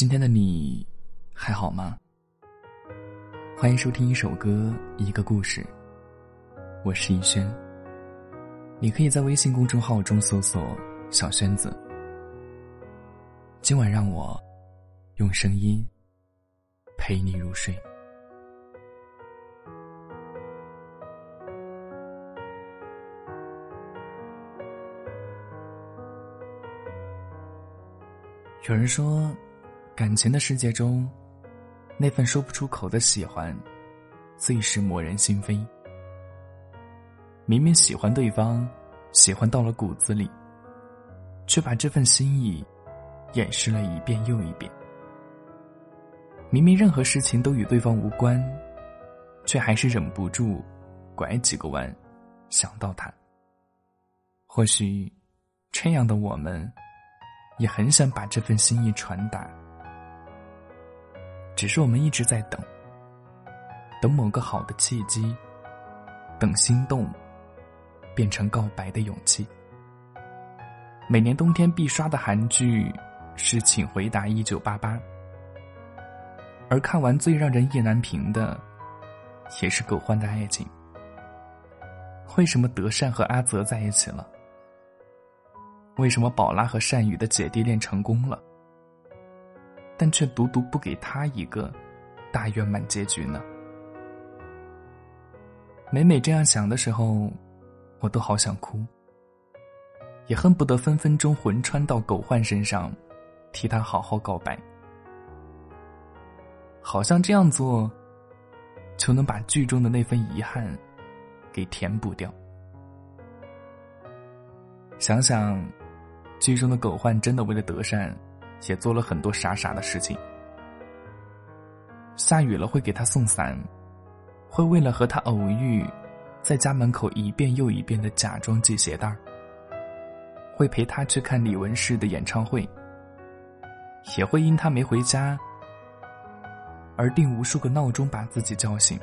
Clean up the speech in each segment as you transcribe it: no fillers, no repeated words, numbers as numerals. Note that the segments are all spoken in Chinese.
今天的你还好吗？欢迎收听一首歌一个故事，我是逸轩。你可以在微信公众号中搜索小轩子。今晚让我用声音陪你入睡。有人说，感情的世界中，那份说不出口的喜欢最是磨人心扉。明明喜欢对方，喜欢到了骨子里，却把这份心意掩饰了一遍又一遍。明明任何事情都与对方无关，却还是忍不住拐几个弯想到他。或许这样的我们也很想把这份心意传达，只是我们一直在等某个好的契机，等心动变成告白的勇气。每年冬天必刷的韩剧是《请回答1988》，而看完最让人意难平的也是狗焕的爱情。为什么德善和阿泽在一起了？为什么宝拉和善宇的姐弟恋成功了，但却独独不给他一个大圆满结局呢？每每这样想的时候，我都好想哭，也恨不得分分钟魂穿到狗焕身上，替他好好告白。好像这样做就能把剧中的那份遗憾给填补掉。想想剧中的狗焕真的为了德善也做了很多傻傻的事情。下雨了会给他送伞，会为了和他偶遇在家门口一遍又一遍的假装系鞋带，会陪他去看李文世的演唱会，也会因他没回家而定无数个闹钟把自己叫醒。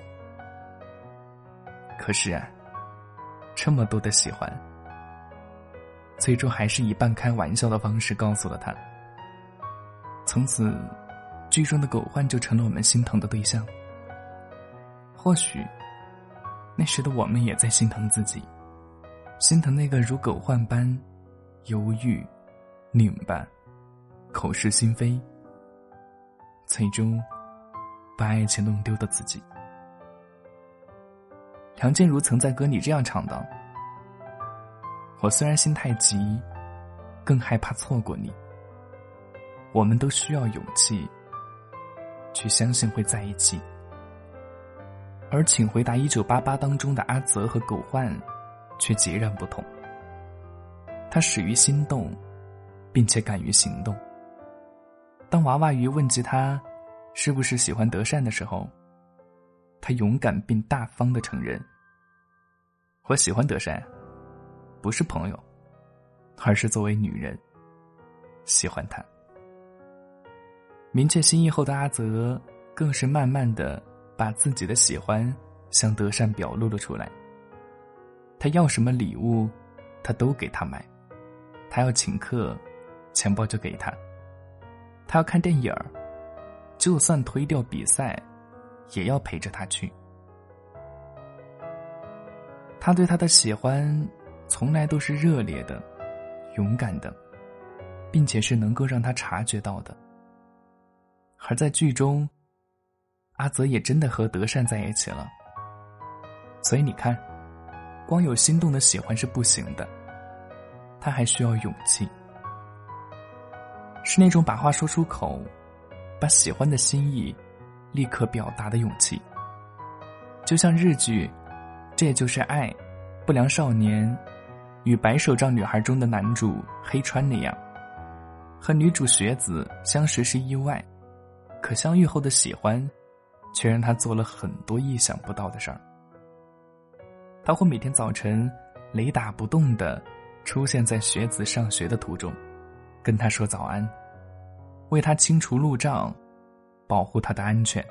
可是啊，这么多的喜欢，最终还是以半开玩笑的方式告诉了他。从此剧中的狗焕就成了我们心疼的对象。或许那时的我们也在心疼自己，心疼那个如狗焕般忧郁拧巴口是心非，最终把爱情弄丢的自己。梁静茹曾在歌里这样唱道：我虽然心太急，更害怕错过你。我们都需要勇气去相信会在一起。而请回答1988当中的阿泽和狗焕却截然不同。他始于心动，并且敢于行动。当娃娃鱼问及他是不是喜欢德善的时候，他勇敢并大方地承认：我喜欢德善，不是朋友，而是作为女人喜欢他。明确心意后的阿泽更是慢慢地把自己的喜欢向德善表露了出来。他要什么礼物他都给他买，他要请客钱包就给他，他要看电影就算推掉比赛也要陪着他去。他对他的喜欢从来都是热烈的勇敢的，并且是能够让他察觉到的。而在剧中，阿泽也真的和德善在一起了。所以你看，光有心动的喜欢是不行的，他还需要勇气，是那种把话说出口，把喜欢的心意立刻表达的勇气。就像日剧《这就是爱》不良少年与白手杖女孩中的男主黑川那样，和女主雪子相识是意外，可相遇后的喜欢却让他做了很多意想不到的事儿。他会每天早晨雷打不动地出现在雪子上学的途中，跟他说早安，为他清除路障，保护他的安全。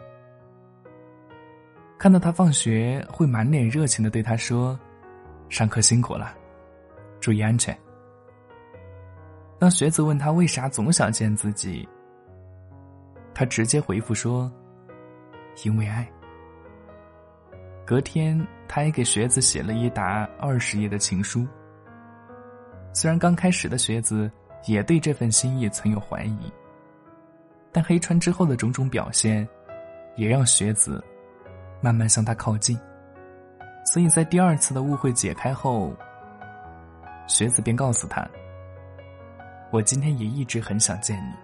看到他放学会满脸热情地对他说：上课辛苦了，注意安全。当学子问他为啥总想见自己， 他直接回复说因为爱。隔天他还给学子写了一沓20页的情书。虽然刚开始的学子也对这份心意曾有怀疑，但黑川之后的种种表现也让学子慢慢向他靠近。所以在第2次的误会解开后，学子便告诉他，我今天也一直很想见你。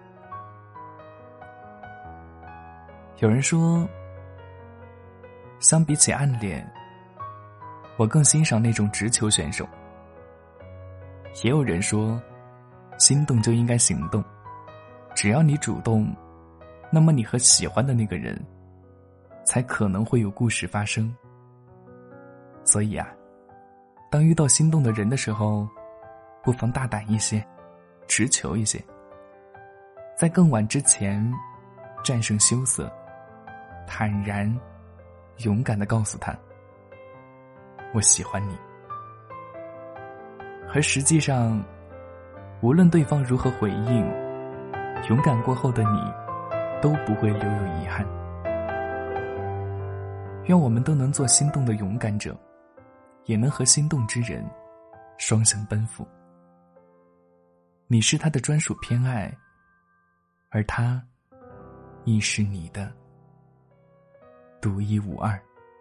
有人说，相比起暗恋，我更欣赏那种直球选手。也有人说，心动就应该行动，只要你主动，那么你和喜欢的那个人才可能会有故事发生。所以啊，当遇到心动的人的时候，不妨大胆一些，直球一些，在更晚之前战胜羞涩，坦然勇敢地告诉他，我喜欢你。而实际上，无论对方如何回应，勇敢过后的你都不会留有遗憾。愿我们都能做心动的勇敢者，也能和心动之人双向奔赴。你是他的专属偏爱，而他亦是你的独一无二。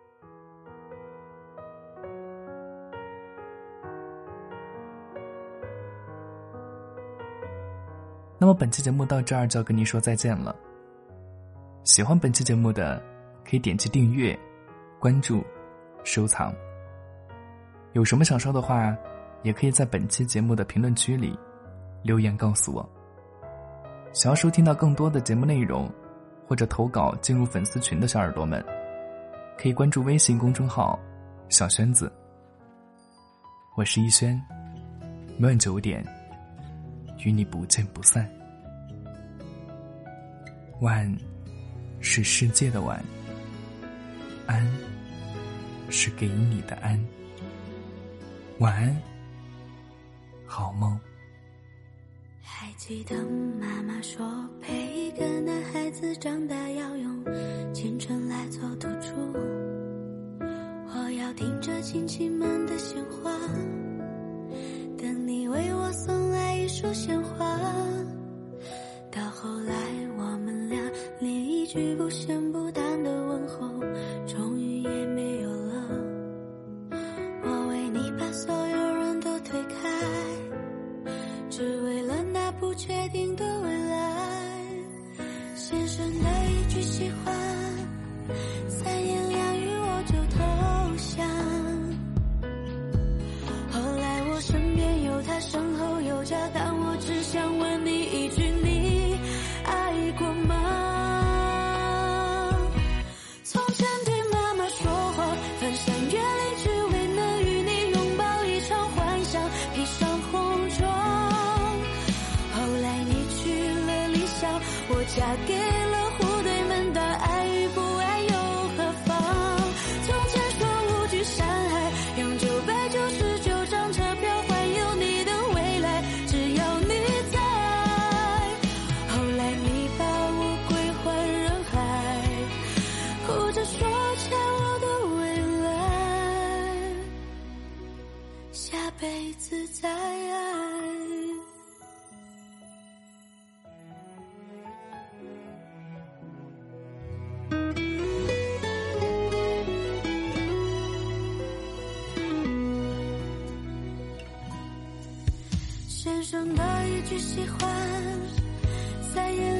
那么本期节目到这儿就要跟您说再见了。喜欢本期节目的可以点击订阅、关注、收藏。有什么想说的话，也可以在本期节目的评论区里留言告诉我。想要收听到更多的节目内容，或者投稿进入粉丝群的小耳朵们，可以关注微信公众号小轩子。我是逸轩，每晚9点与你不见不散。晚是世界的晚，安是给你的安。晚安，好梦。 还记得妈妈说，陪一个男孩子长大要用青春来做赌注。我要听着亲戚们的闲话，等你为我送来一束鲜花。到后来我们俩连一句不咸不淡的问候终于也没有了。我为你把所有人都推开，只为了那不确定的未来。先生的一句喜欢，3言2语我就投降。后来我身边有他，身后有家，但我只想问你一句，你爱过吗？从前对妈妈说谎，翻山越岭只为能与你拥抱一场幻想，披上红妆。后来你去了理想，我嫁给了户对门当，爱与不爱又何妨？从前说无惧山海，用999张车票环游你的未来，只要你在。后来你把我归还人海，哭着说欠我的未来，下辈子再爱。先生的一句喜欢，3言